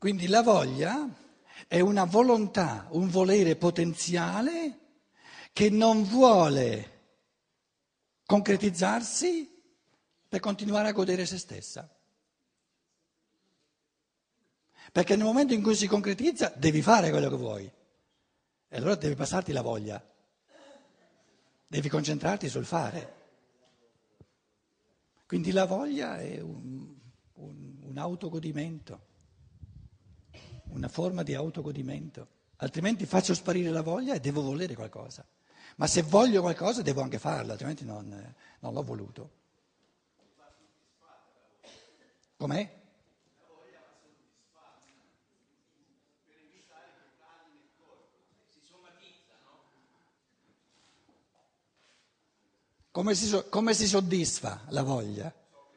Quindi la voglia è una volontà, un volere potenziale che non vuole concretizzarsi per continuare a godere se stessa. Perché nel momento in cui si concretizza devi fare quello che vuoi e allora devi passarti la voglia, devi concentrarti sul fare. Quindi la voglia è un autogodimento, una forma di autogodimento, altrimenti faccio sparire la voglia e devo volere qualcosa. Ma se voglio qualcosa devo anche farlo, altrimenti non l'ho voluto. Com'è? Come si soddisfa la voglia?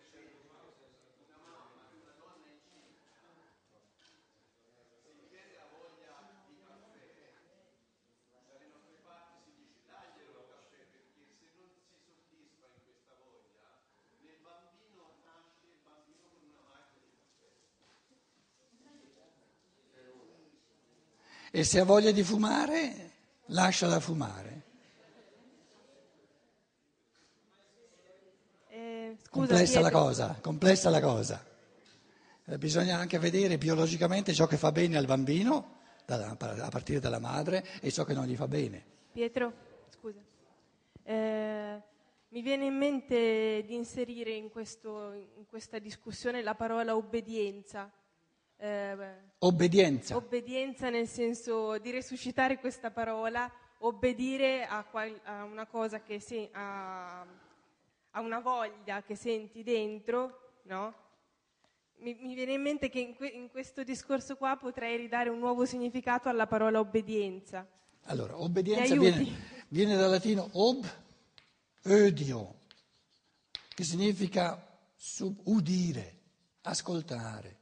E se ha voglia di fumare, lasciala fumare. Scusa, Pietro. Complessa la cosa. Bisogna anche vedere biologicamente ciò che fa bene al bambino, a partire dalla madre, e ciò che non gli fa bene. Pietro, scusa. Mi viene in mente di inserire in questa discussione la parola obbedienza. Obbedienza. Obbedienza nel senso di resuscitare questa parola, obbedire a una cosa a una voglia che senti dentro, no? Mi viene in mente che in questo discorso qua potrei ridare un nuovo significato alla parola obbedienza. Allora, obbedienza viene dal latino odio, che significa udire, ascoltare.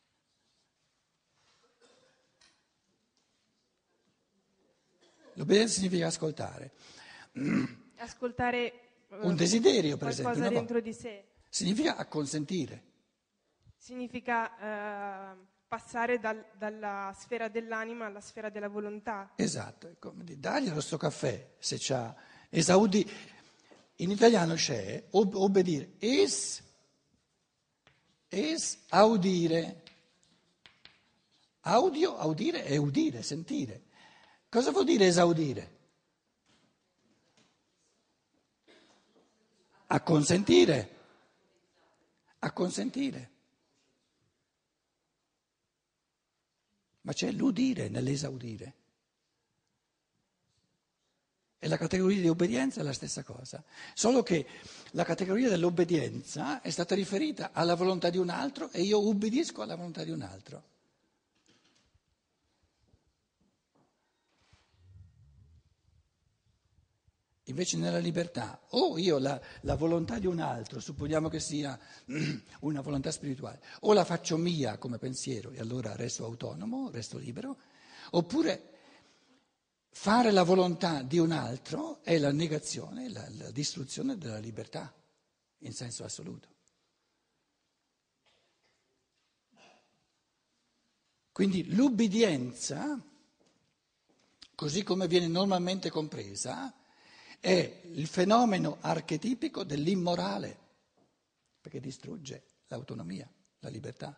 L'obbedienza significa ascoltare. Ascoltare Un desiderio, per esempio. qualcosa dentro di sé. Significa acconsentire. Significa passare dalla sfera dell'anima alla sfera della volontà. Esatto, è come dire, daglielo sto caffè, se c'ha esaudi. In italiano c'è obbedire, es audire. Audire è udire, sentire. Cosa vuol dire esaudire? Acconsentire. Ma c'è l'udire nell'esaudire. E la categoria di obbedienza è la stessa cosa, solo che la categoria dell'obbedienza è stata riferita alla volontà di un altro e io ubbidisco alla volontà di un altro. Invece nella libertà, o io la volontà di un altro, supponiamo che sia una volontà spirituale, o la faccio mia come pensiero e allora resto autonomo, resto libero, oppure fare la volontà di un altro è la negazione, la distruzione della libertà in senso assoluto. Quindi l'ubbidienza, così come viene normalmente compresa, è il fenomeno archetipico dell'immorale, perché distrugge l'autonomia, la libertà.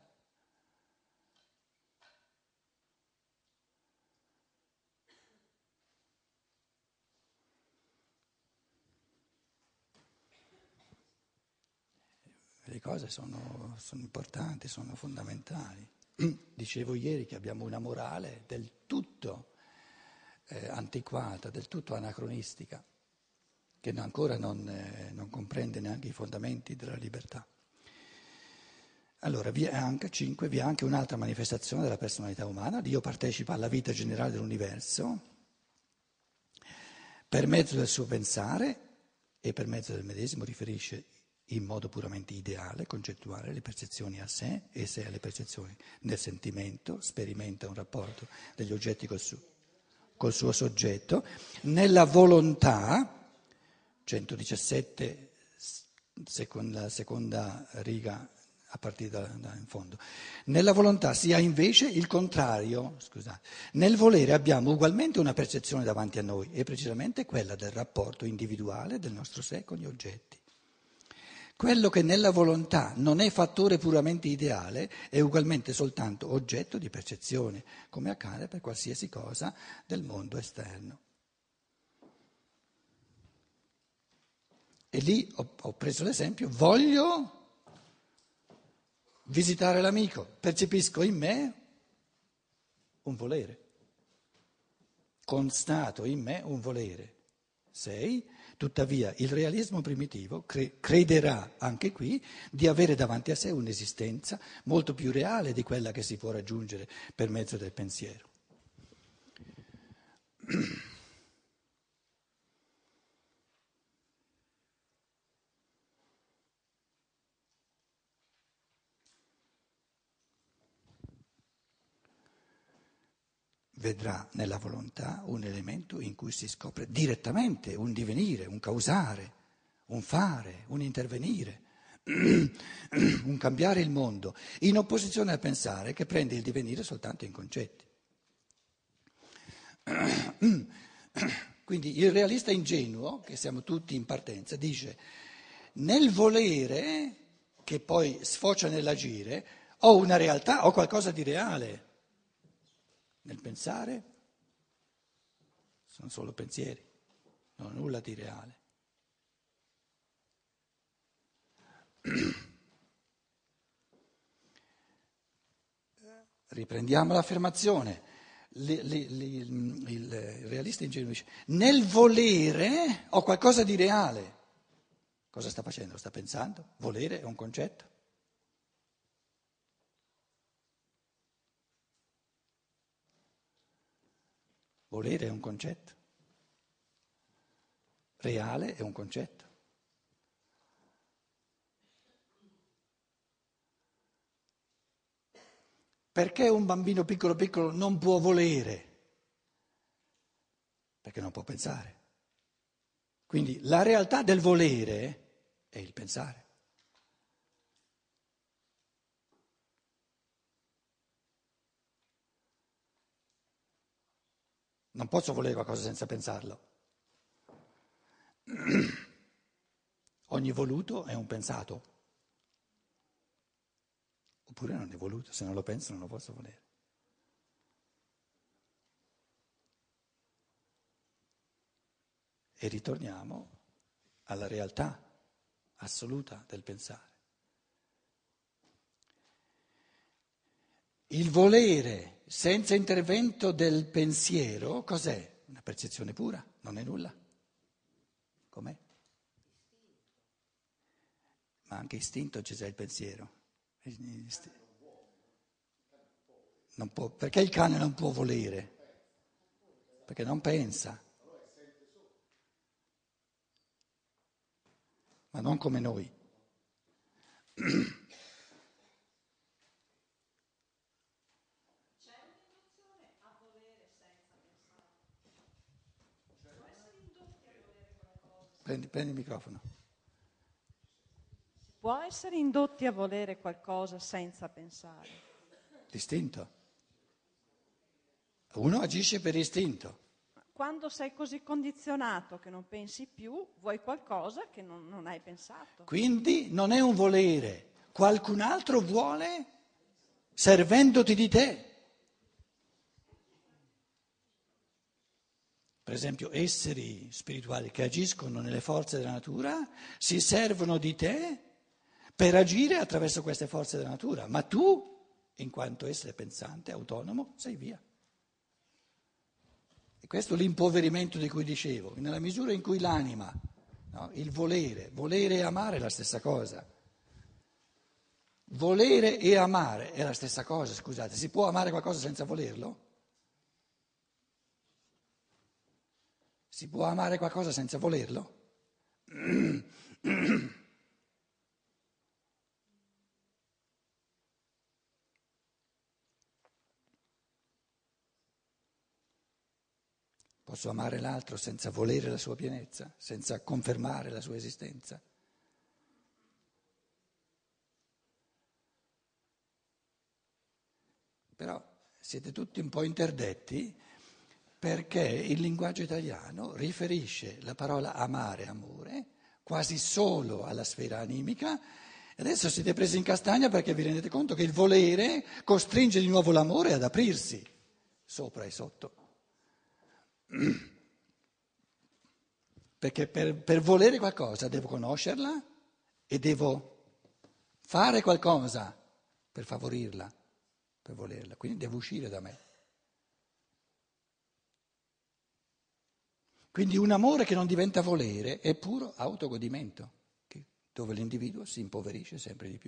Le cose sono importanti, sono fondamentali. Dicevo ieri che abbiamo una morale del tutto antiquata, del tutto anacronistica, che ancora non comprende neanche i fondamenti della libertà. Allora, vi è anche un'altra manifestazione della personalità umana. Dio partecipa alla vita generale dell'universo per mezzo del suo pensare e per mezzo del medesimo riferisce in modo puramente ideale, concettuale, le percezioni a sé e sé alle percezioni. Nel sentimento sperimenta un rapporto degli oggetti col suo soggetto. Nella volontà, 117, la seconda riga a partire da in fondo. Nella volontà si ha invece il contrario, scusate. Nel volere abbiamo ugualmente una percezione davanti a noi, e precisamente quella del rapporto individuale del nostro sé con gli oggetti. Quello che nella volontà non è fattore puramente ideale è ugualmente soltanto oggetto di percezione, come accade per qualsiasi cosa del mondo esterno. E lì ho preso l'esempio, voglio visitare l'amico, percepisco in me un volere, constato in me un volere. 6. Tuttavia il realismo primitivo crederà anche qui di avere davanti a sé un'esistenza molto più reale di quella che si può raggiungere per mezzo del pensiero. Vedrà nella volontà un elemento in cui si scopre direttamente un divenire, un causare, un fare, un intervenire, un cambiare il mondo, in opposizione al pensare che prende il divenire soltanto in concetti. Quindi il realista ingenuo, che siamo tutti in partenza, dice nel volere, che poi sfocia nell'agire, ho una realtà, ho qualcosa di reale. Nel pensare sono solo pensieri, non ho nulla di reale. Riprendiamo l'affermazione. Il realista ingenuo dice, nel volere ho qualcosa di reale. Cosa sta facendo? Sta pensando? Volere è un concetto. Volere è un concetto. Reale è un concetto. Perché un bambino piccolo piccolo non può volere? Perché non può pensare. Quindi la realtà del volere è il pensare. Non posso volere qualcosa senza pensarlo. Ogni voluto è un pensato. Oppure non è voluto, se non lo penso non lo posso volere. E ritorniamo alla realtà assoluta del pensare. Il volere senza intervento del pensiero, cos'è? Una percezione pura, non è nulla. Com'è? Ma anche istinto c'è già il pensiero. Non può, perché il cane non può volere? Perché non pensa. Ma non come noi. Prendi il microfono. Può essere indotti a volere qualcosa senza pensare. L'istinto. Uno agisce per istinto. Quando sei così condizionato che non pensi più, vuoi qualcosa che non hai pensato. Quindi non è un volere. Qualcun altro vuole servendoti di te. Per esempio, esseri spirituali che agiscono nelle forze della natura si servono di te per agire attraverso queste forze della natura, ma tu, in quanto essere pensante, autonomo, sei via. E questo è l'impoverimento di cui dicevo, nella misura in cui l'anima, no, il volere e amare è la stessa cosa. Volere e amare è la stessa cosa, scusate, si può amare qualcosa senza volerlo? Si può amare qualcosa senza volerlo? Posso amare l'altro senza volere la sua pienezza, senza confermare la sua esistenza? però siete tutti un po' interdetti perché il linguaggio italiano riferisce la parola amare, amore, quasi solo alla sfera animica. E adesso siete presi in castagna perché vi rendete conto che il volere costringe di nuovo l'amore ad aprirsi sopra e sotto. Perché per volere qualcosa devo conoscerla e devo fare qualcosa per favorirla, per volerla, quindi devo uscire da me. Quindi un amore che non diventa volere è puro autogodimento, dove l'individuo si impoverisce sempre di più.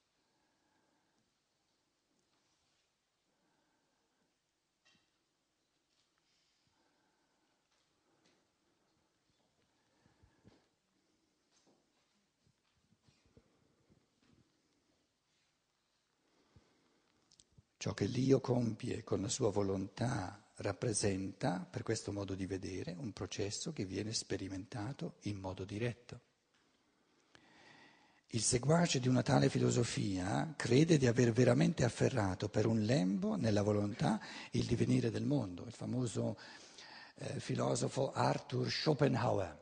Ciò che l'io compie con la sua volontà rappresenta, per questo modo di vedere, un processo che viene sperimentato in modo diretto. Il seguace di una tale filosofia crede di aver veramente afferrato per un lembo nella volontà il divenire del mondo, il famoso filosofo Arthur Schopenhauer.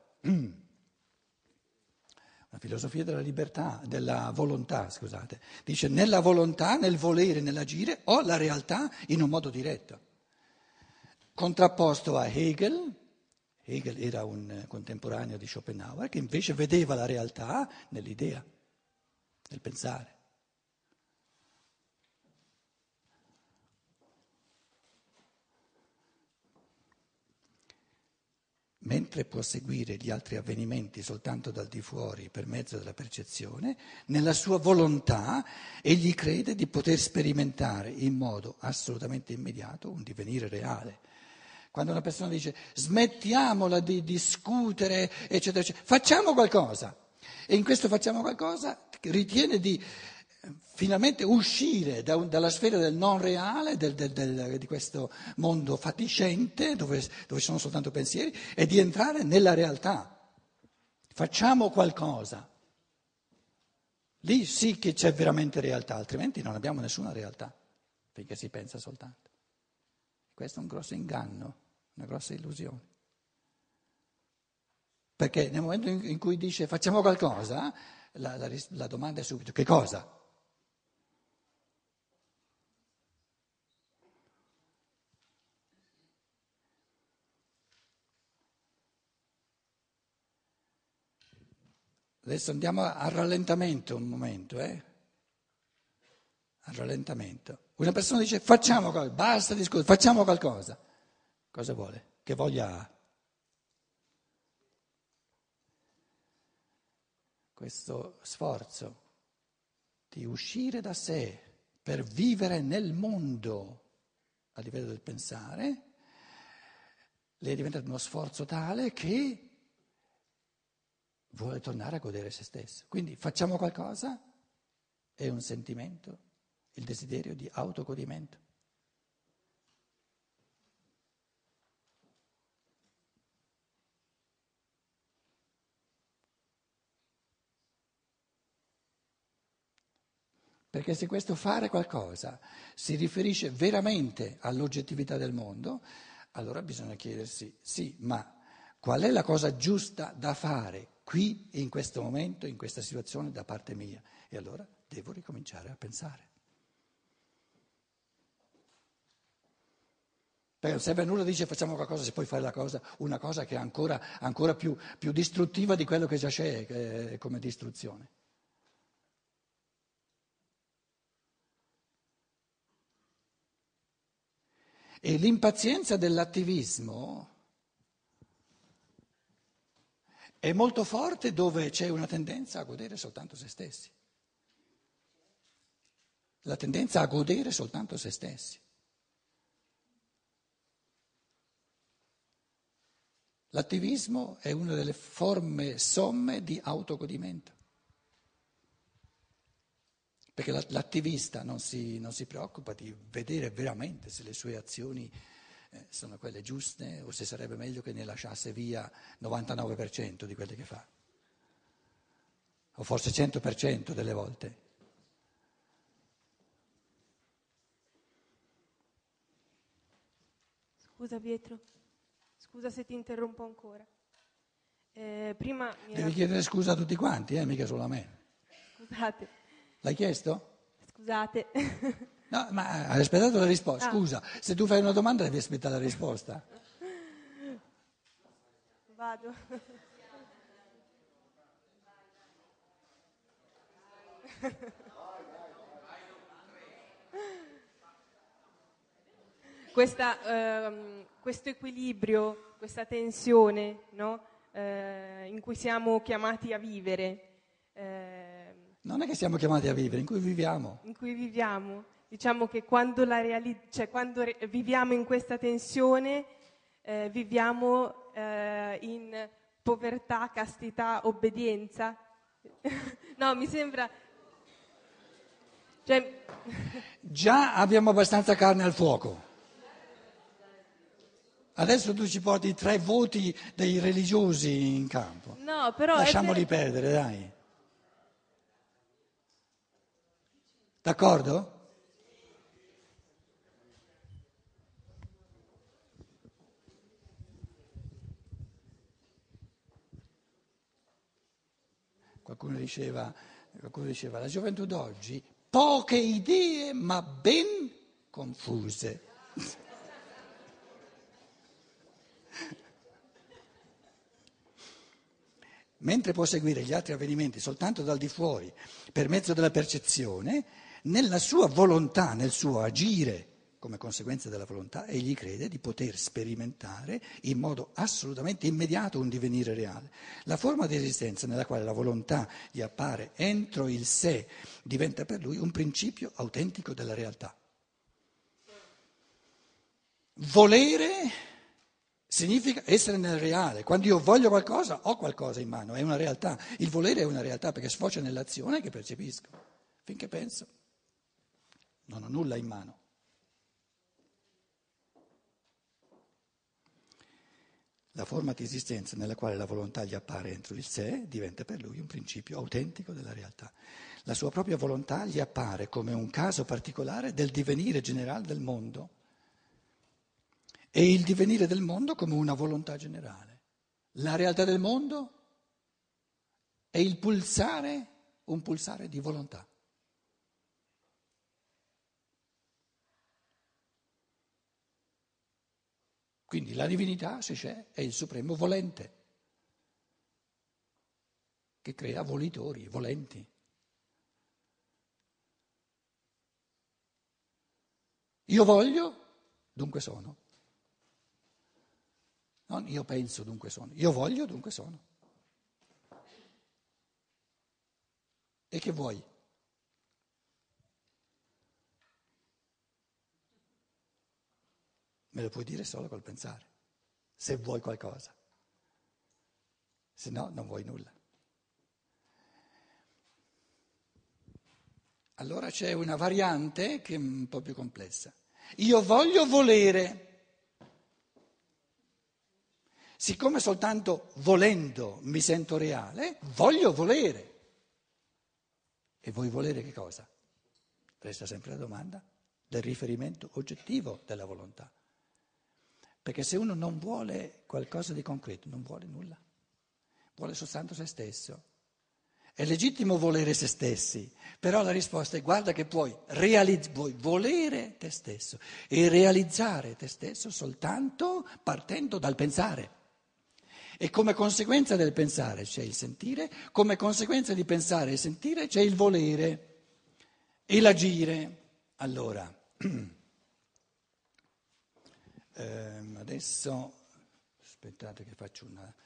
La filosofia della libertà, della volontà, scusate, dice nella volontà, nel volere, nell'agire ho la realtà in un modo diretto. Contrapposto a Hegel era un contemporaneo di Schopenhauer che invece vedeva la realtà nell'idea, nel pensare. Mentre può seguire gli altri avvenimenti soltanto dal di fuori per mezzo della percezione, nella sua volontà egli crede di poter sperimentare in modo assolutamente immediato un divenire reale. Quando una persona dice smettiamola di discutere, eccetera, eccetera, facciamo qualcosa. E in questo facciamo qualcosa ritiene di finalmente uscire dalla sfera del non reale, di questo mondo fatiscente dove ci sono soltanto pensieri, e di entrare nella realtà. Facciamo qualcosa. Lì sì che c'è veramente realtà, altrimenti non abbiamo nessuna realtà, finché si pensa soltanto. Questo è un grosso inganno, una grossa illusione. Perché nel momento in cui dice facciamo qualcosa, la domanda è subito che cosa? Adesso andiamo al rallentamento un momento, Al rallentamento. Una persona dice facciamo qualcosa, basta discutere, facciamo qualcosa. Cosa vuole? Che voglia ha? Questo sforzo di uscire da sé per vivere nel mondo a livello del pensare le è diventato uno sforzo tale che vuole tornare a godere se stesso. Quindi facciamo qualcosa, è un sentimento, il desiderio di autogodimento. Perché se questo fare qualcosa si riferisce veramente all'oggettività del mondo, allora bisogna chiedersi, sì, ma qual è la cosa giusta da fare qui, in questo momento, in questa situazione da parte mia? E allora devo ricominciare a pensare. Perché non serve a nulla dice facciamo qualcosa se poi fai una cosa che è ancora più distruttiva di quello che già c'è come distruzione. E l'impazienza dell'attivismo è molto forte dove c'è una tendenza a godere soltanto se stessi. La tendenza a godere soltanto se stessi. L'attivismo è una delle forme somme di autogodimento. Perché l'attivista non si preoccupa di vedere veramente se le sue azioni sono quelle giuste o se sarebbe meglio che ne lasciasse via 99% di quelle che fa, o forse 100% delle volte. Scusa Pietro, scusa se ti interrompo ancora. Prima Devi chiedere scusa a tutti quanti, mica solo a me. Scusate. L'hai chiesto? Scusate. No, ma hai aspettato la risposta. Scusa, se tu fai una domanda devi aspettare la risposta. Vado. Questo equilibrio, questa tensione, no? In cui siamo chiamati a vivere. Non è che siamo chiamati a vivere, in cui viviamo. In cui viviamo. Diciamo che quando viviamo in questa tensione, viviamo in povertà, castità, obbedienza. No, mi sembra... Già abbiamo abbastanza carne al fuoco. Adesso tu ci porti 3 voti dei religiosi in campo. No, però lasciamoli perdere, dai. D'accordo? Qualcuno diceva, la gioventù d'oggi, poche idee ma ben confuse. Mentre può seguire gli altri avvenimenti soltanto dal di fuori, per mezzo della percezione, nella sua volontà, nel suo agire, come conseguenza della volontà, egli crede di poter sperimentare in modo assolutamente immediato un divenire reale. La forma di esistenza nella quale la volontà gli appare entro il sé diventa per lui un principio autentico della realtà. Volere significa essere nel reale. Quando io voglio qualcosa, ho qualcosa in mano, è una realtà. Il volere è una realtà perché sfocia nell'azione che percepisco. Finché penso, non ho nulla in mano. La forma di esistenza nella quale la volontà gli appare entro il sé diventa per lui un principio autentico della realtà. La sua propria volontà gli appare come un caso particolare del divenire generale del mondo e il divenire del mondo come una volontà generale. La realtà del mondo è il pulsare, un pulsare di volontà. Quindi la divinità, se c'è, è il supremo volente, che crea volitori, volenti. Io voglio, dunque sono. Non io penso, dunque sono. Io voglio, dunque sono. E che vuoi? Me lo puoi dire solo col pensare, se vuoi qualcosa. Se no, non vuoi nulla. Allora c'è una variante che è un po' più complessa. Io voglio volere. Siccome soltanto volendo mi sento reale, voglio volere. E vuoi volere che cosa? Resta sempre la domanda del riferimento oggettivo della volontà. Perché se uno non vuole qualcosa di concreto, non vuole nulla, vuole soltanto se stesso. È legittimo volere se stessi, però la risposta è guarda che puoi volere te stesso e realizzare te stesso soltanto partendo dal pensare. E come conseguenza del pensare c'è il sentire, come conseguenza di pensare e sentire c'è il volere e l'agire. Allora, adesso aspettate che faccio una...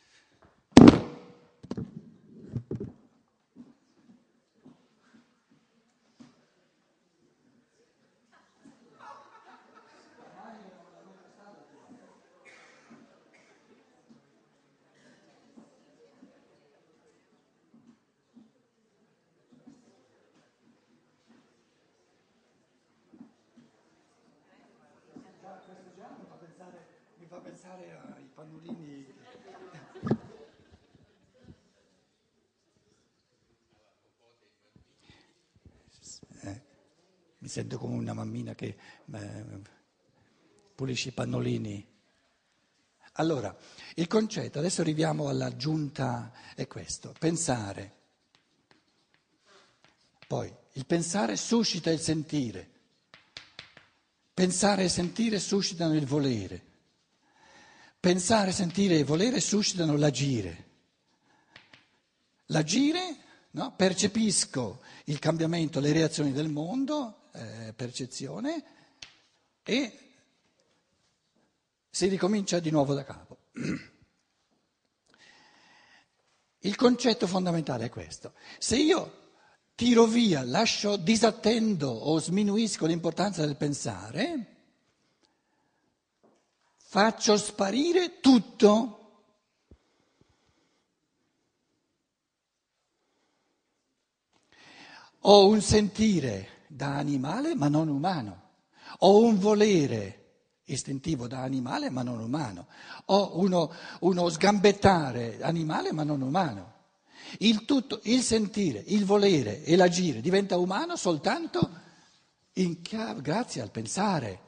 Mi fa pensare ai pannolini. Mi sento come una mammina che pulisce i pannolini. Allora, il concetto, adesso arriviamo all'aggiunta, è questo, pensare. Poi, il pensare suscita il sentire, pensare e sentire suscitano il volere, pensare, sentire e volere suscitano l'agire. L'agire, no? Percepisco il cambiamento, le reazioni del mondo, percezione, e si ricomincia di nuovo da capo. Il concetto fondamentale è questo. Se io tiro via, disattendo o sminuisco l'importanza del pensare, faccio sparire tutto. Ho un sentire da animale ma non umano, ho un volere istintivo da animale ma non umano, ho uno sgambettare animale ma non umano. Il tutto, il sentire, il volere e l'agire diventa umano soltanto grazie al pensare.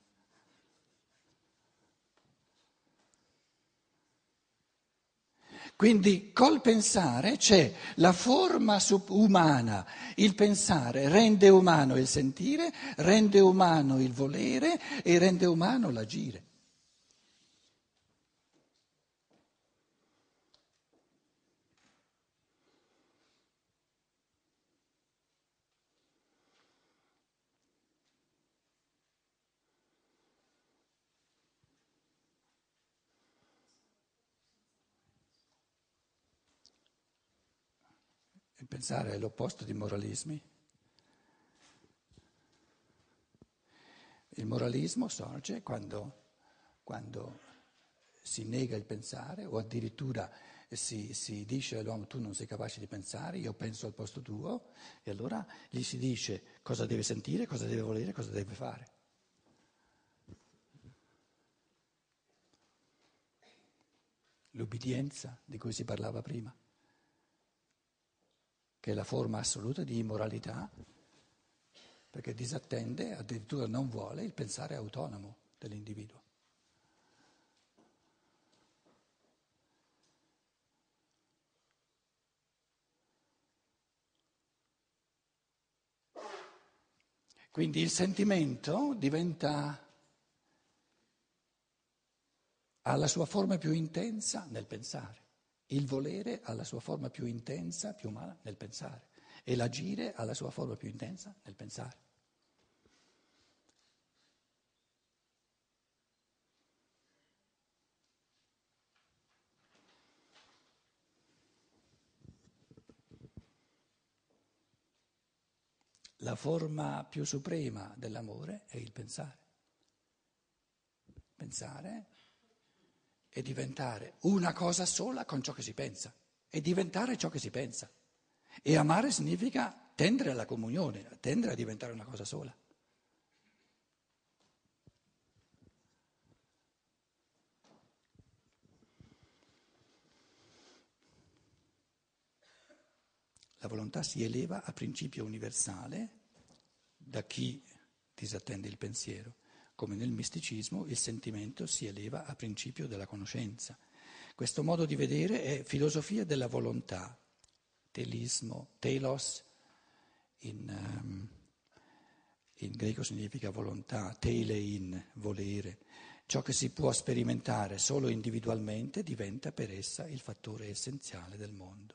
Quindi col pensare c'è la forma umana, il pensare rende umano il sentire, rende umano il volere e rende umano l'agire. Il pensare è l'opposto di moralismi. Il moralismo sorge quando si nega il pensare o addirittura si dice all'uomo tu non sei capace di pensare, io penso al posto tuo, e allora gli si dice cosa deve sentire, cosa deve volere, cosa deve fare. L'ubbidienza di cui si parlava prima, che è la forma assoluta di immoralità, perché disattende, addirittura non vuole il pensare autonomo dell'individuo. Quindi il sentimento ha la sua forma più intensa nel pensare, il volere ha la sua forma più intensa, più umana nel pensare, e l'agire ha la sua forma più intensa nel pensare. La forma più suprema dell'amore è il pensare. Pensare è diventare una cosa sola con ciò che si pensa, è diventare ciò che si pensa. E amare significa tendere alla comunione, tendere a diventare una cosa sola. La volontà si eleva a principio universale da chi disattende il pensiero, come nel misticismo il sentimento si eleva a principio della conoscenza. Questo modo di vedere è filosofia della volontà, telismo, telos in greco significa volontà, telein, volere. Ciò che si può sperimentare solo individualmente diventa per essa il fattore essenziale del mondo.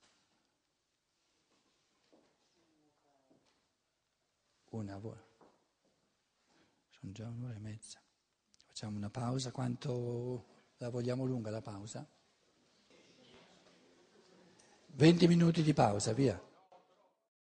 Sono già 1 ora e mezza. Facciamo una pausa. Quanto la vogliamo lunga la pausa? 20 minuti di pausa, via.